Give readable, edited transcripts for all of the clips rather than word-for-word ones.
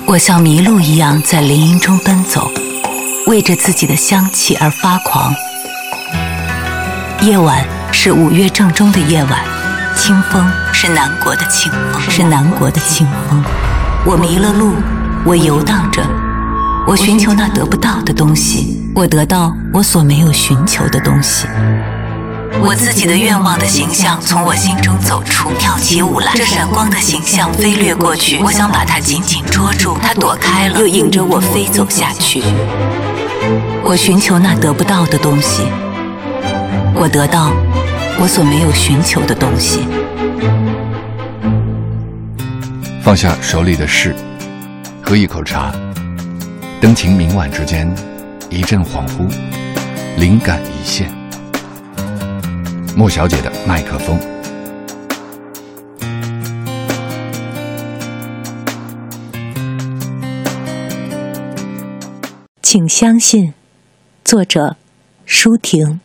我像麋鹿一样在林荫中奔走，为着自己的香气而发狂。夜晚是5月正中的夜晚，清风是南国的清风，我迷了路，我游荡着，我寻求那得不到的东西，我得到我所没有寻求的东西。我自己的愿望的形象从我心中走出，跳起舞来。这闪光的形象飞掠过去，我想把它紧紧捉住，它躲开了，又引着我飞走下去。我寻求那得不到的东西，我得到我所没有寻求的东西。 放下手里的事，喝一口茶，灯情明晚之间，一阵恍惚，灵感一现。莫小姐的麦克风。 请相信，作者舒婷。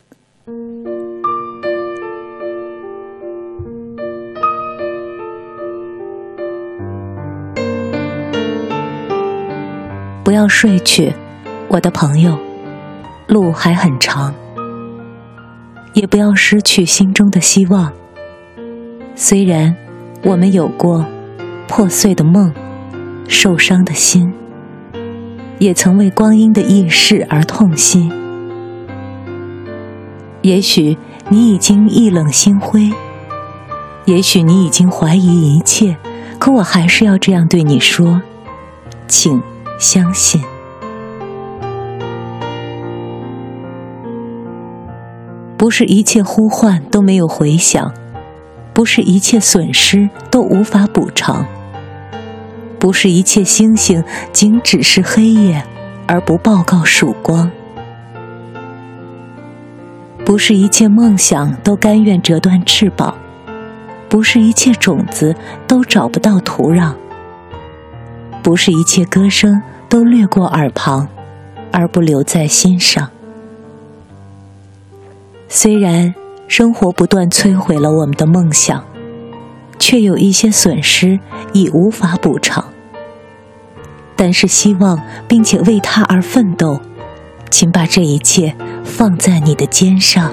不要睡去，我的朋友，路还很长。也不要失去心中的希望。虽然我们有过破碎的梦，受伤的心，也曾为光阴的易逝而痛心。也许你已经意冷心灰，也许你已经怀疑一切，可我还是要这样对你说，请相信。不是一切呼唤都没有回响，不是一切损失都无法补偿，不是一切星星仅只是黑夜而不报告曙光，不是一切梦想都甘愿折断翅膀，不是一切种子都找不到土壤，不是一切歌声都掠过耳旁而不留在心上。虽然生活不断摧毁了我们的梦想，却有一些损失已无法补偿，但是希望并且为它而奋斗，请把这一切放在你的肩上。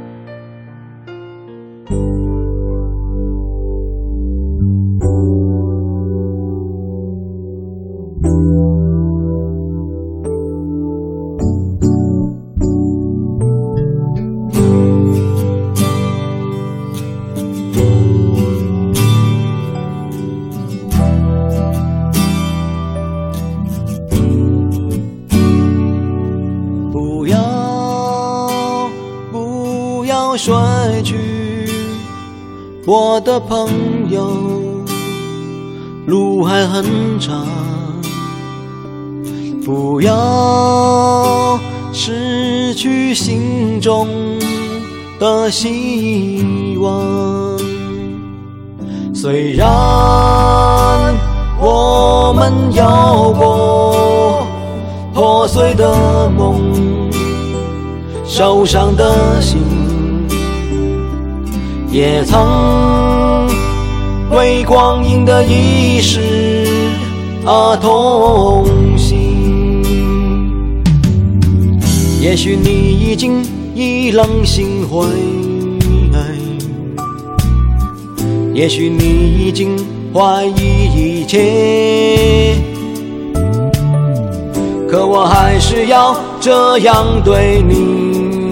睡去，我的朋友，路还很长，不要失去心中的希望。虽然我们有过破碎的梦，受伤的心，也曾为光阴的易逝而痛心。也许你已经意冷心灰，也许你已经怀疑一切，可我还是要这样对你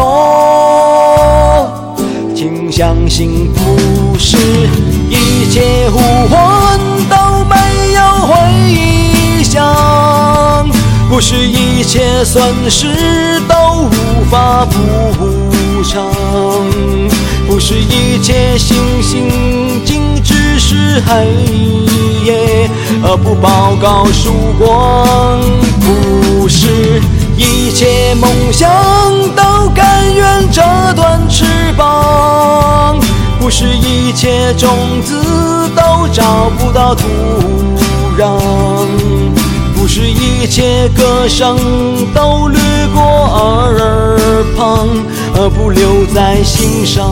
说，请相信，不是一切呼唤都没有回响，不是一切损失都无法补偿，不是一切星星仅只是黑夜而不报告曙光，不是一切梦想都甘愿折断翅膀，不是一切种子都找不到土壤，不是一切歌声都掠过耳旁而不留在心上。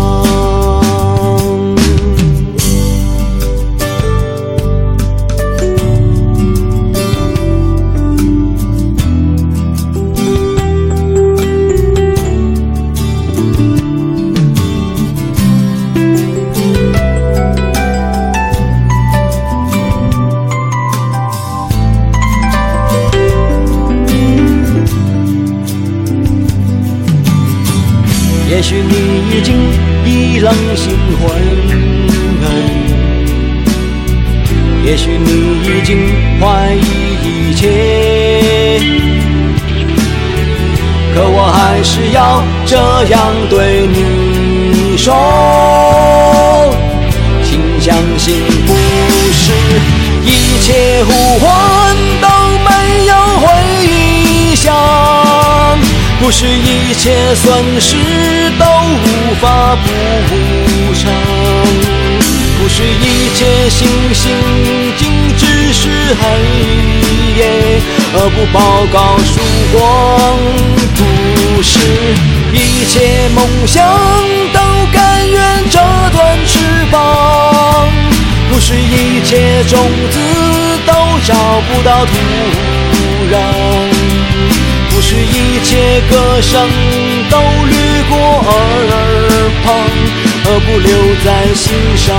许你已经意冷心灰，也许你已经怀疑一切，可我还是要这样对你说，请相信不是一切呼唤都没有回响，不是一切损失都无法补偿，不是一切星星仅只是黑夜而不报告曙光，不是一切梦想都甘愿折断翅膀，不是一切种子都找不到土壤，不是一切歌声都掠过耳旁而不留在心上。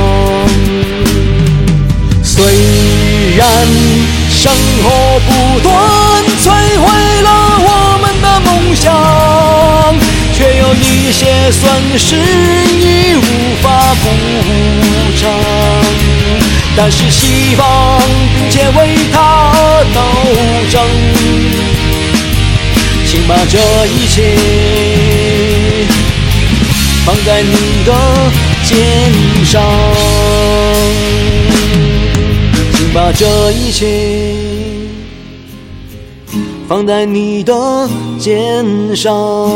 虽然生活不断摧毁了我们的梦想，却有一些损失已无法补偿，但是希望并且为它斗争，请把这一切放在你的肩上，请把这一切放在你的肩上。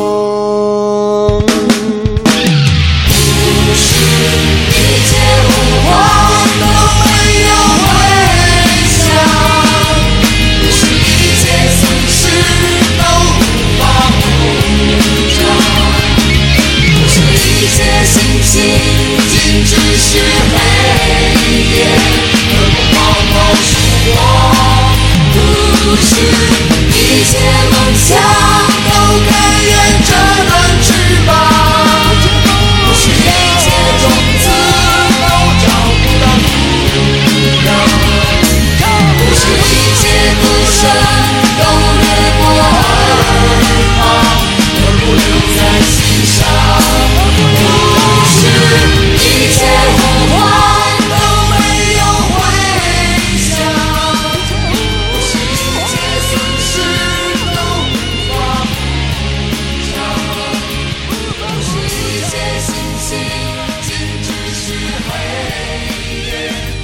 不是一切呼唤都没有回响，不是一切损失都无法补偿，不是一切星星仅只是黑夜而不报告曙光，不是一切梦想都甘愿折断翅膀，不是一切种子都找不到土壤，不是一切歌声都掠过耳旁而不留在心上，不是一切呼唤都没有回响，不是一切损失都无法补偿，不是一切星星仅只是黑夜